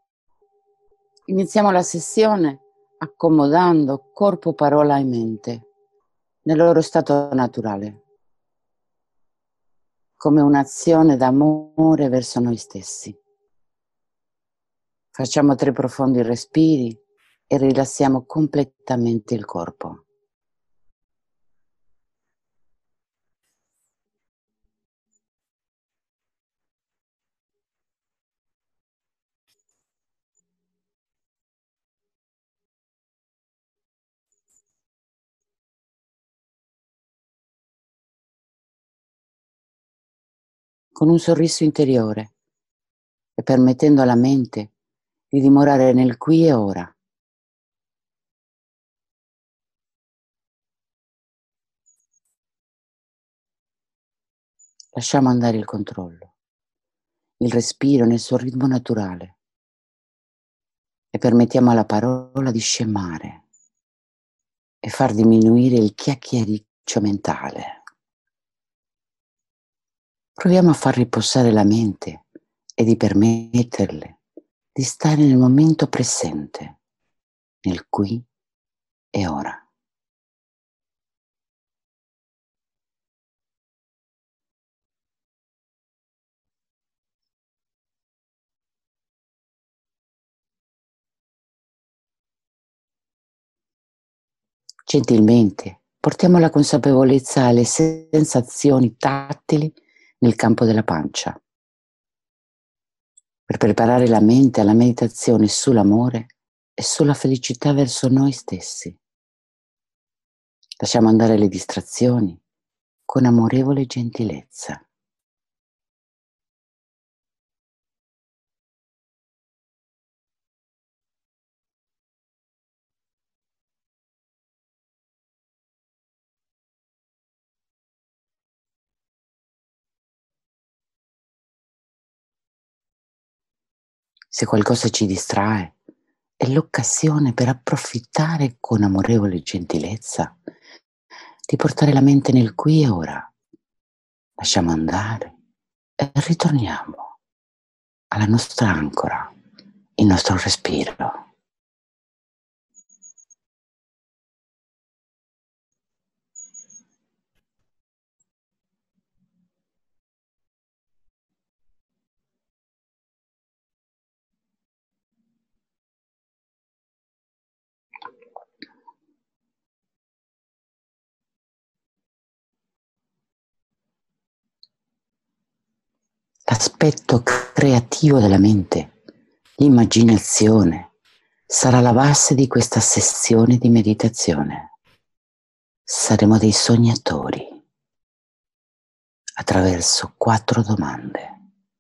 Iniziamo la sessione accomodando corpo, parola e mente nel loro stato naturale, come un'azione d'amore verso noi stessi. Facciamo 3 profondi respiri e rilassiamo completamente il corpo. Con un sorriso interiore e permettendo alla mente di dimorare nel qui e ora. Lasciamo andare il controllo, il respiro nel suo ritmo naturale e permettiamo alla parola di scemare e far diminuire il chiacchiericcio mentale. Proviamo a far riposare la mente e di permetterle di stare nel momento presente, nel qui e ora. Gentilmente portiamo la consapevolezza alle sensazioni tattili nel campo della pancia, per preparare la mente alla meditazione sull'amore e sulla felicità verso noi stessi. Lasciamo andare le distrazioni con amorevole gentilezza. Se qualcosa ci distrae, è l'occasione per approfittare con amorevole gentilezza di portare la mente nel qui e ora. Lasciamo andare e ritorniamo alla nostra ancora, il nostro respiro. L'aspetto creativo della mente, l'immaginazione, sarà la base di questa sessione di meditazione. Saremo dei sognatori attraverso 4 domande.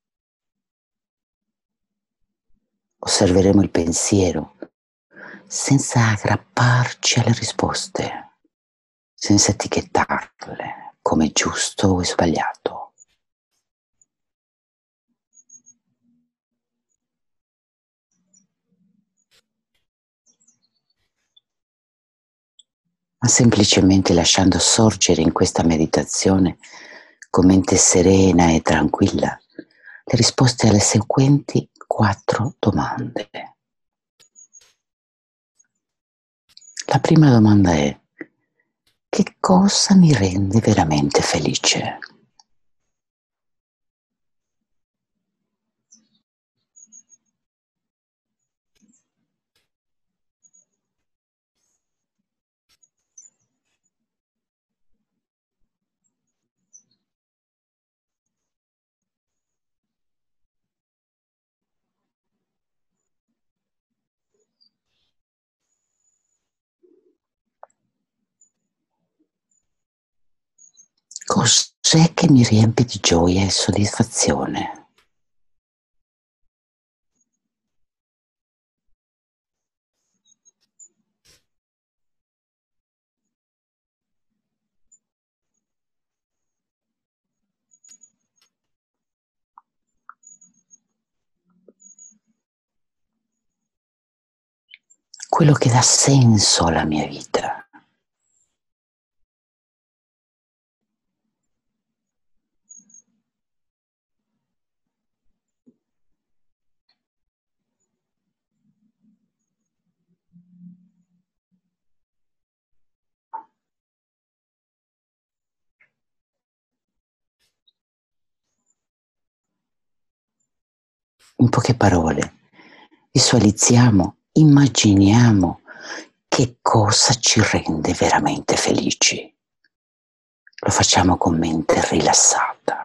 Osserveremo il pensiero senza aggrapparci alle risposte, senza etichettarle come giusto o sbagliato. Ma semplicemente lasciando sorgere in questa meditazione, con mente serena e tranquilla, le risposte alle seguenti 4 domande. La prima domanda è: che cosa mi rende veramente felice? Cos'è che mi riempie di gioia e soddisfazione? Quello che dà senso alla mia vita. In poche parole, visualizziamo, immaginiamo che cosa ci rende veramente felici. Lo facciamo con mente rilassata.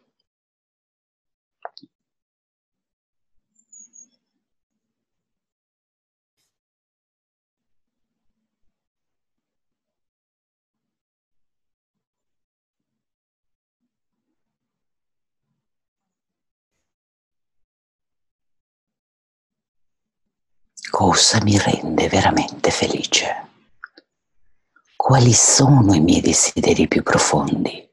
Cosa mi rende veramente felice? Quali sono i miei desideri più profondi?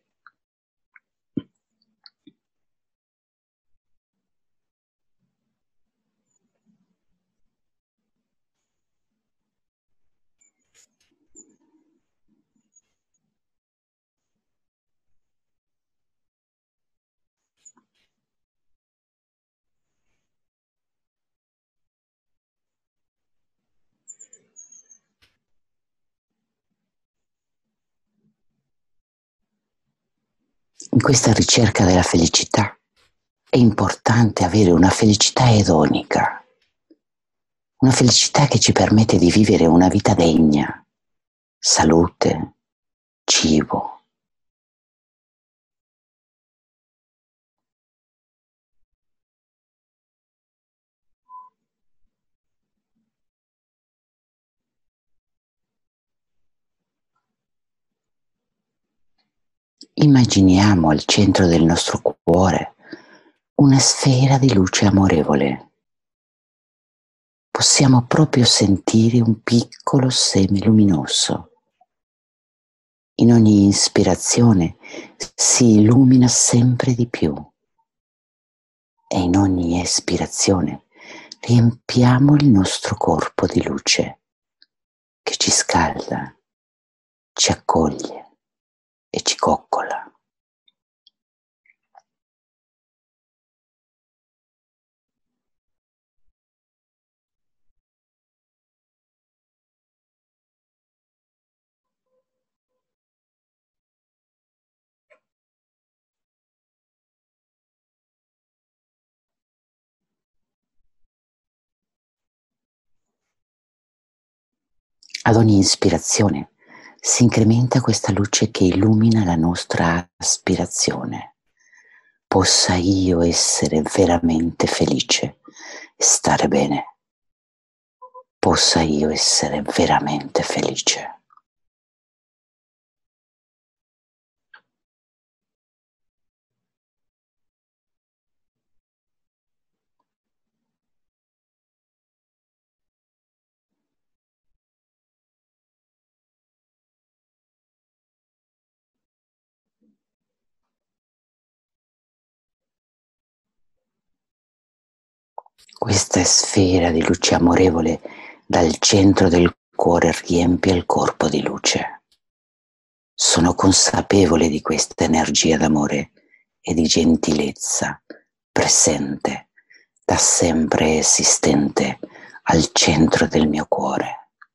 In questa ricerca della felicità è importante avere una felicità edonica, una felicità che ci permette di vivere una vita degna, salute, cibo. Immaginiamo al centro del nostro cuore una sfera di luce amorevole. Possiamo proprio sentire un piccolo seme luminoso. In ogni ispirazione si illumina sempre di più e in ogni espirazione riempiamo il nostro corpo di luce che ci scalda, ci accoglie e ci coccola. Ad ogni ispirazione si incrementa questa luce che illumina la nostra aspirazione. Possa io essere veramente felice e stare bene. Possa io essere veramente felice. Questa sfera di luce amorevole dal centro del cuore riempie il corpo di luce. Sono consapevole di questa energia d'amore e di gentilezza presente, da sempre esistente al centro del mio cuore.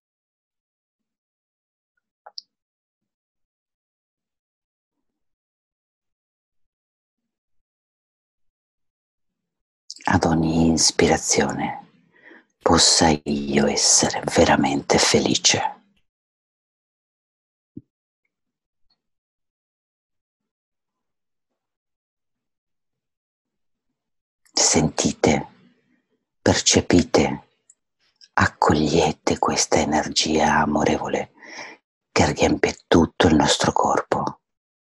Ad ogni ispirazione possa io essere veramente felice. Sentite, percepite, accogliete questa energia amorevole che riempie tutto il nostro corpo.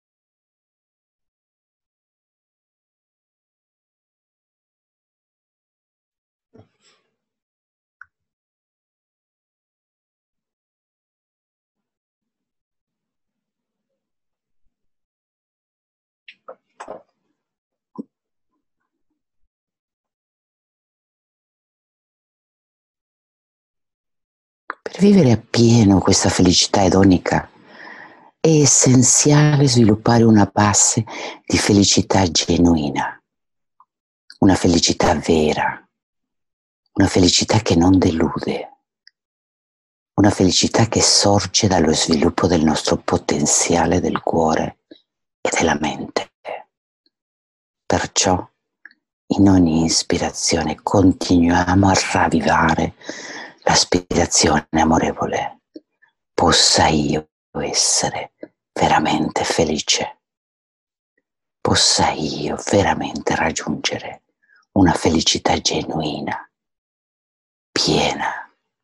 Per vivere appieno questa felicità edonica è essenziale sviluppare una base di felicità genuina, una felicità vera, una felicità che non delude, una felicità che sorge dallo sviluppo del nostro potenziale del cuore e della mente. Perciò In ogni ispirazione continuiamo a ravvivare l'aspirazione amorevole. Possa io essere veramente felice. Possa io veramente raggiungere una felicità genuina, piena.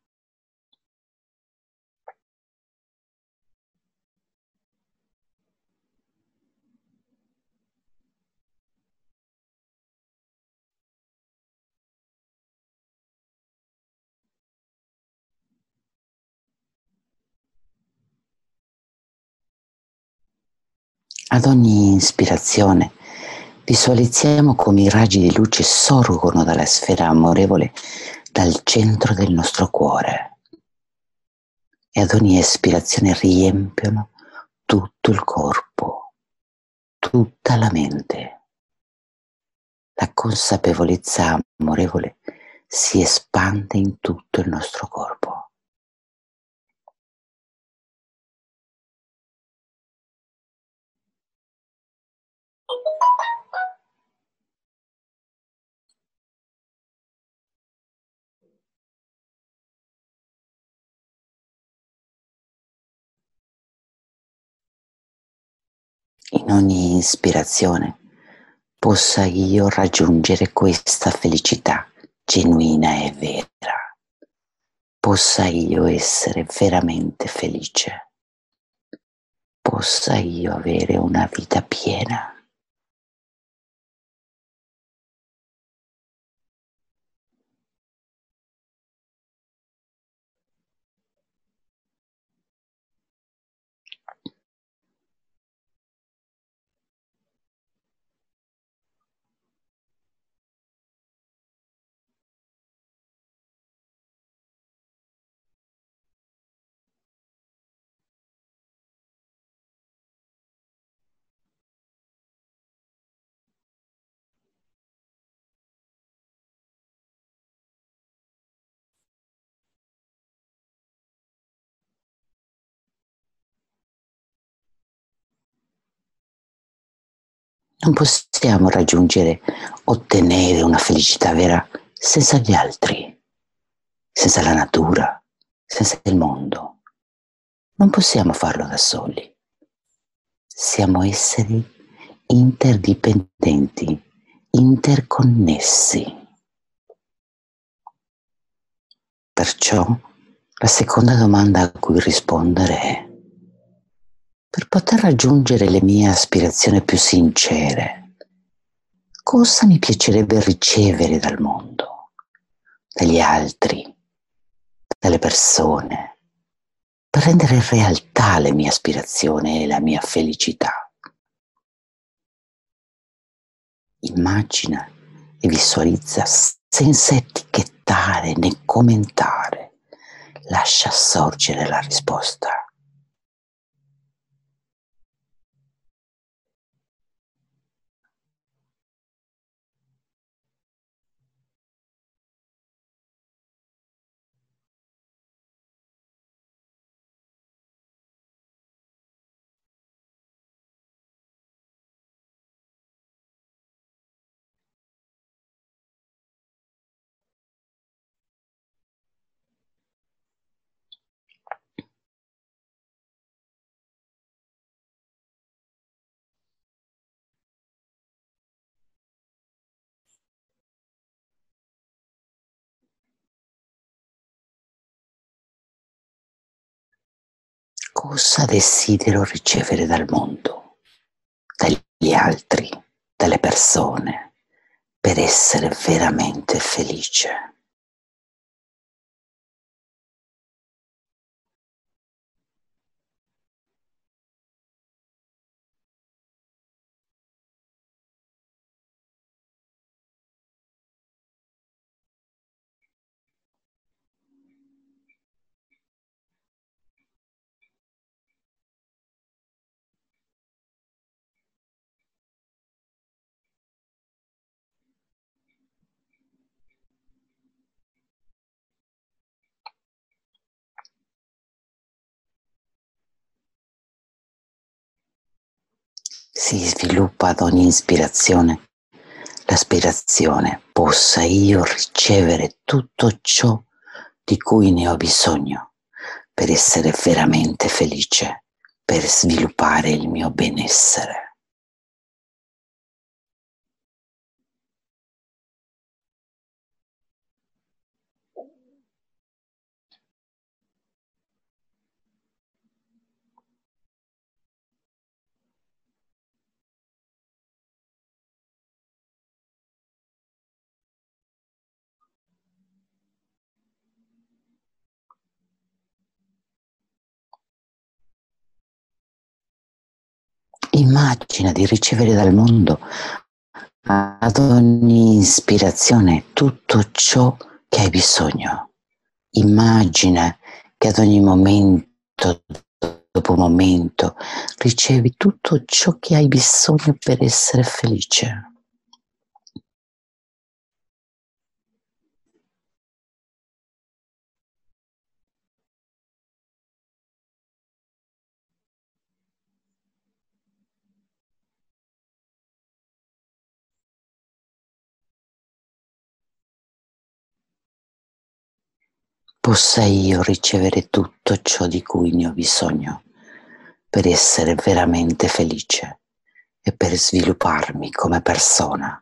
Ad ogni ispirazione visualizziamo come i raggi di luce sorgono dalla sfera amorevole dal centro del nostro cuore e ad ogni espirazione riempiono tutto il corpo, tutta la mente. La consapevolezza amorevole si espande in tutto il nostro corpo. In ogni ispirazione possa io raggiungere questa felicità genuina e vera. Possa io essere veramente felice. Possa io avere una vita piena. Non possiamo raggiungere, ottenere una felicità vera senza gli altri, senza la natura, senza il mondo. Non possiamo farlo da soli. Siamo esseri interdipendenti, interconnessi. Perciò la seconda domanda a cui rispondere è: per poter raggiungere le mie aspirazioni più sincere, cosa mi piacerebbe ricevere dal mondo, dagli altri, dalle persone, per rendere realtà le mie aspirazioni e la mia felicità? Immagina e visualizza senza etichettare né commentare. Lascia sorgere la risposta. Cosa desidero ricevere dal mondo, dagli altri, dalle persone, per essere veramente felice? Si sviluppa ad ogni ispirazione l'aspirazione possa io ricevere tutto ciò di cui ne ho bisogno per essere veramente felice, per sviluppare il mio benessere. Immagina di ricevere dal mondo ad ogni ispirazione tutto ciò che hai bisogno. Immagina che ad ogni momento, dopo momento, ricevi tutto ciò che hai bisogno per essere felice. Possa io ricevere tutto ciò di cui ne ho bisogno per essere veramente felice e per svilupparmi come persona.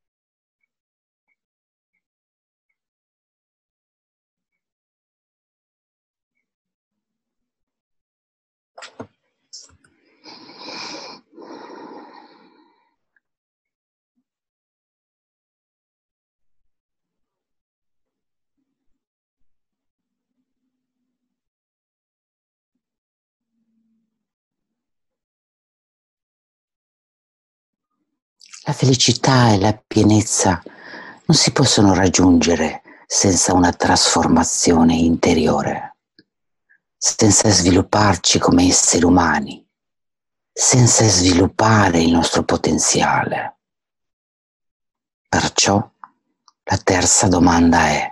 La felicità e la pienezza non si possono raggiungere senza una trasformazione interiore, senza svilupparci come esseri umani, senza sviluppare il nostro potenziale. Perciò la terza domanda è: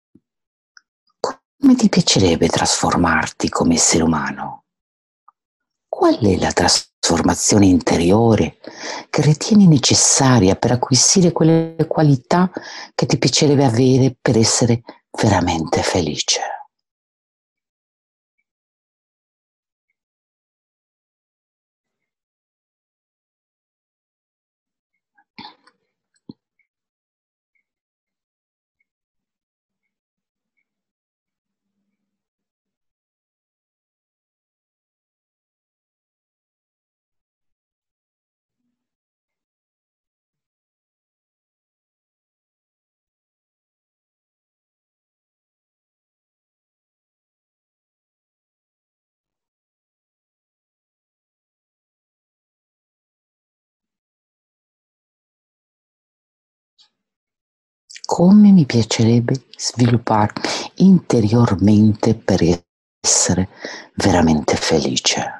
come ti piacerebbe trasformarti come essere umano? Qual è la trasformazione interiore che ritieni necessaria per acquisire quelle qualità che ti piacerebbe avere per essere veramente felice? Come mi piacerebbe svilupparmi interiormente per essere veramente felice?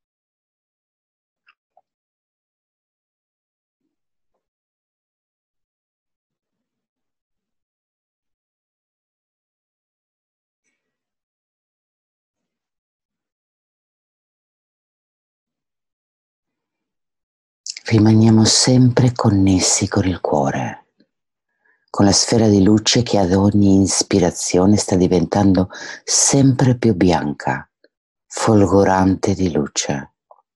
Rimaniamo sempre connessi con il cuore, con la sfera di luce che ad ogni ispirazione sta diventando sempre più bianca, folgorante di luce.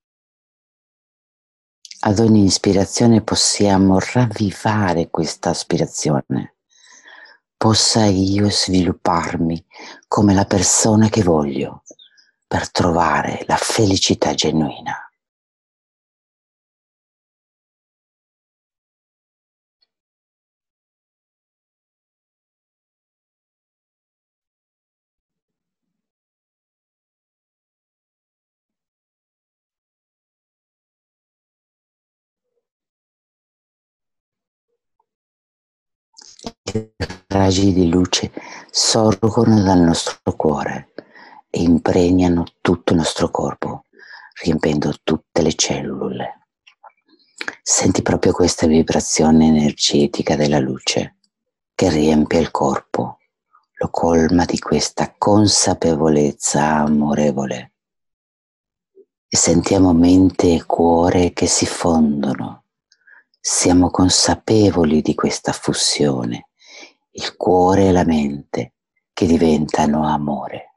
Ad ogni ispirazione possiamo ravvivare questa aspirazione. Possa io svilupparmi come la persona che voglio per trovare la felicità genuina. Raggi di luce sorgono dal nostro cuore e impregnano tutto il nostro corpo, riempendo tutte le cellule. Senti proprio questa vibrazione energetica della luce che riempie il corpo, lo colma di questa consapevolezza amorevole. E sentiamo mente e cuore che si fondono, Siamo consapevoli di questa fusione, il cuore e la mente che diventano amore.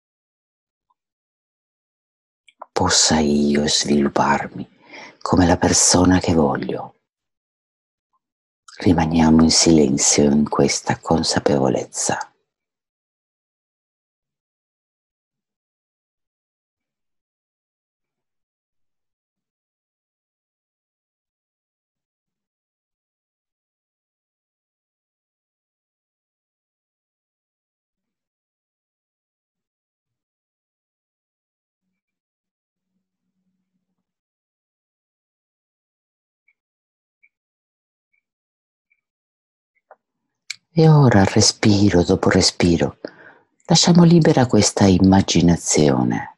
Possa io svilupparmi come la persona che voglio. Rimaniamo in silenzio in questa consapevolezza. E ora, respiro dopo respiro, lasciamo libera questa immaginazione.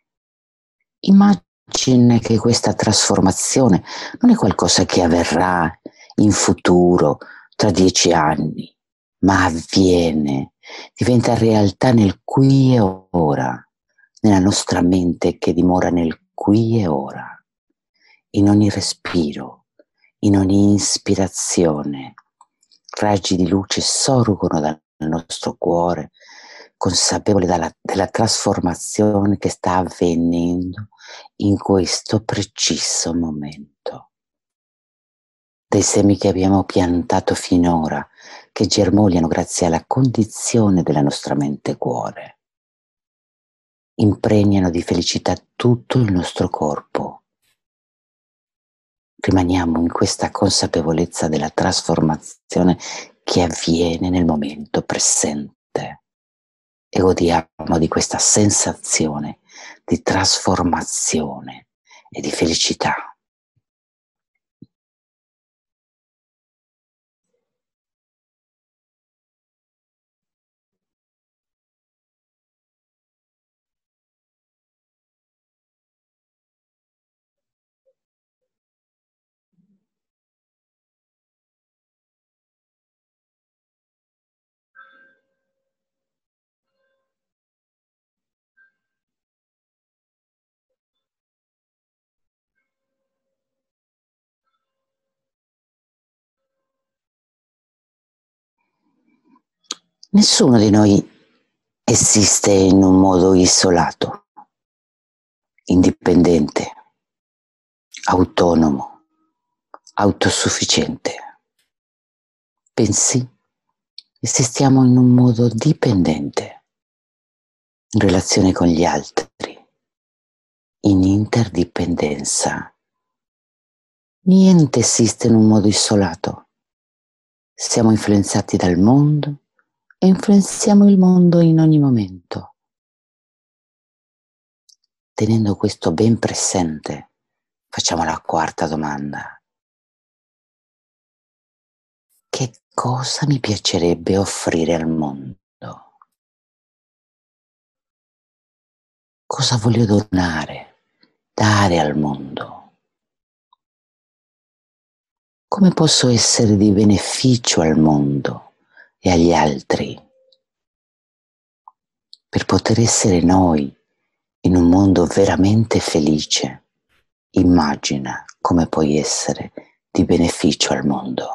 Immagina che questa trasformazione non è qualcosa che avverrà in futuro, tra 10 anni, ma avviene, diventa realtà nel qui e ora, nella nostra mente che dimora nel qui e ora, in ogni respiro, in ogni ispirazione. Raggi di luce sorgono dal nostro cuore, consapevoli della trasformazione che sta avvenendo in questo preciso momento. Dei semi che abbiamo piantato finora, che germogliano grazie alla condizione della nostra mente cuore, impregnano di felicità tutto il nostro corpo. Rimaniamo in questa consapevolezza della trasformazione che avviene nel momento presente e godiamo di questa sensazione di trasformazione e di felicità. Nessuno di noi esiste in un modo isolato, indipendente, autonomo, autosufficiente. Bensì, esistiamo in un modo dipendente, in relazione con gli altri, in interdipendenza. Niente esiste in un modo isolato. Siamo influenzati dal mondo e influenziamo il mondo in ogni momento. Tenendo questo ben presente, facciamo la quarta domanda. Che cosa mi piacerebbe offrire al mondo? Cosa voglio donare, dare al mondo? Come posso essere di beneficio al mondo e agli altri? Per poter essere noi in un mondo veramente felice, immagina come puoi essere di beneficio al mondo.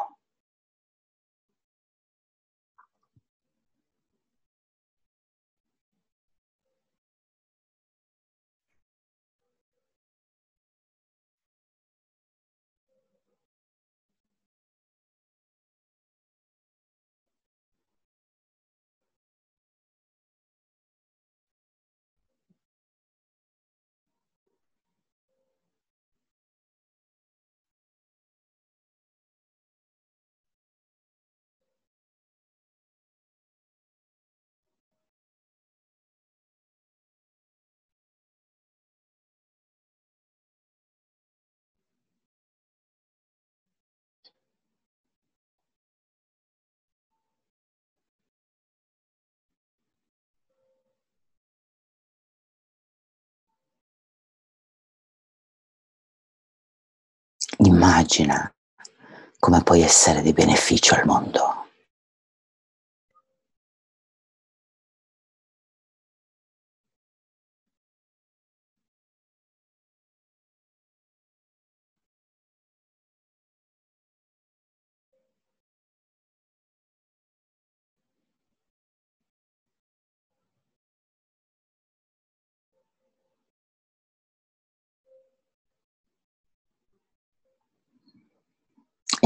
Immagina come puoi essere di beneficio al mondo.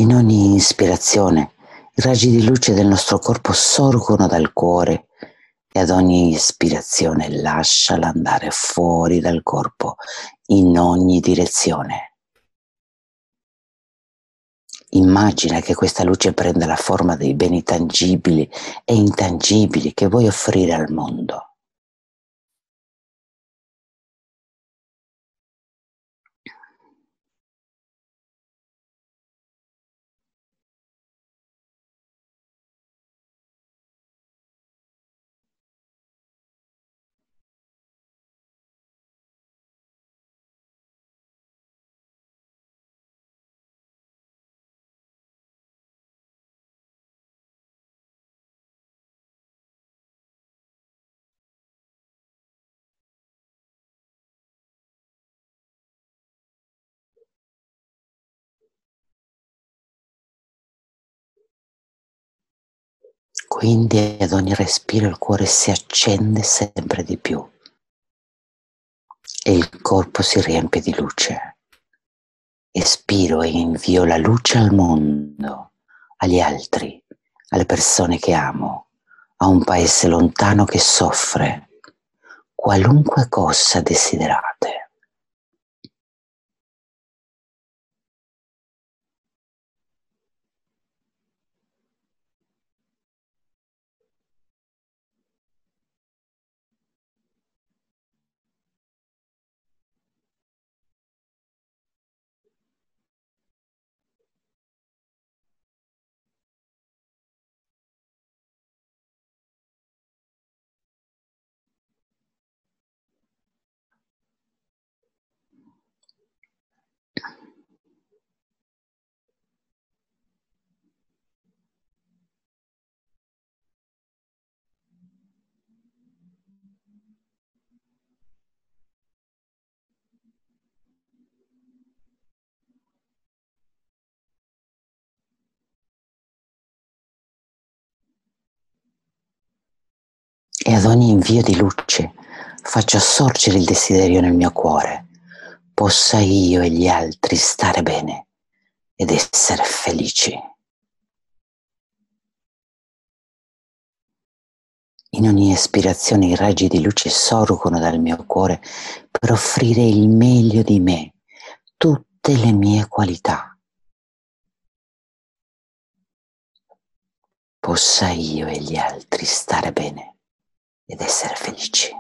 In ogni ispirazione i raggi di luce del nostro corpo sorgono dal cuore e ad ogni ispirazione lasciala andare fuori dal corpo in ogni direzione. Immagina che questa luce prenda la forma dei beni tangibili e intangibili che vuoi offrire al mondo. Quindi ad ogni respiro il cuore si accende sempre di più e il corpo si riempie di luce. Espiro e invio la luce al mondo, agli altri, alle persone che amo, a un paese lontano che soffre, qualunque cosa desiderate. E ad ogni invio di luce faccio sorgere il desiderio nel mio cuore. Possa io e gli altri stare bene ed essere felici. In ogni espirazione i raggi di luce sorgono dal mio cuore per offrire il meglio di me, tutte le mie qualità. Possa io e gli altri stare bene ed essere felici.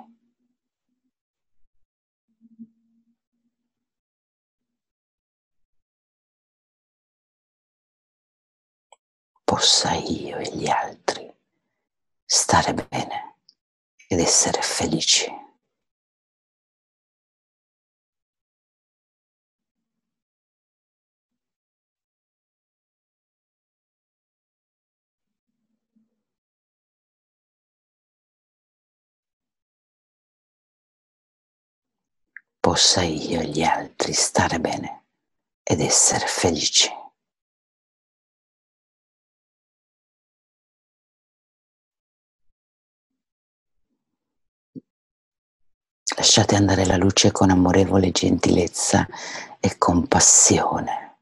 Possa io e gli altri stare bene ed essere felici. Possa io e gli altri stare bene ed essere felici. Lasciate andare la luce con amorevole gentilezza e compassione.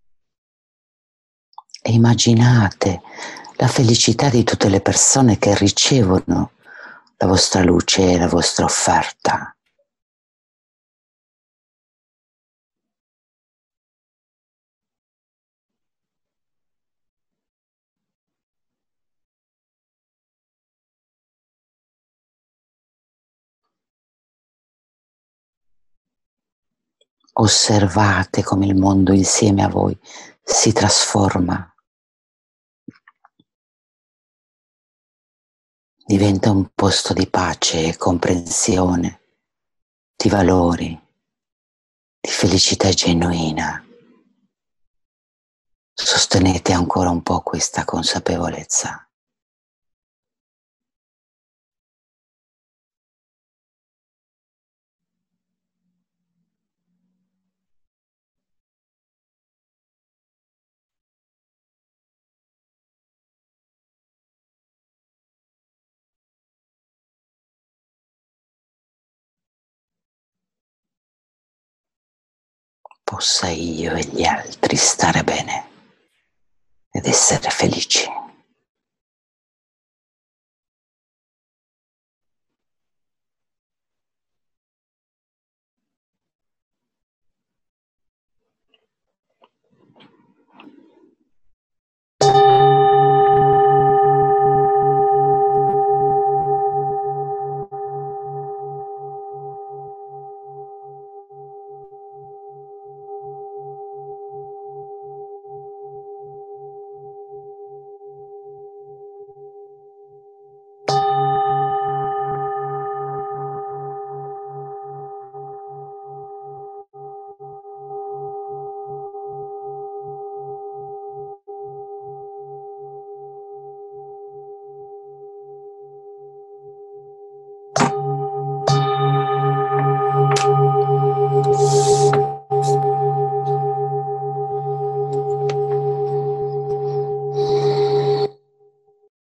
E immaginate la felicità di tutte le persone che ricevono la vostra luce e la vostra offerta. Osservate come il mondo insieme a voi si trasforma. Diventa un posto di pace e comprensione, di valori, di felicità genuina. Sostenete ancora un po' questa consapevolezza. Possa io e gli altri stare bene ed essere felici.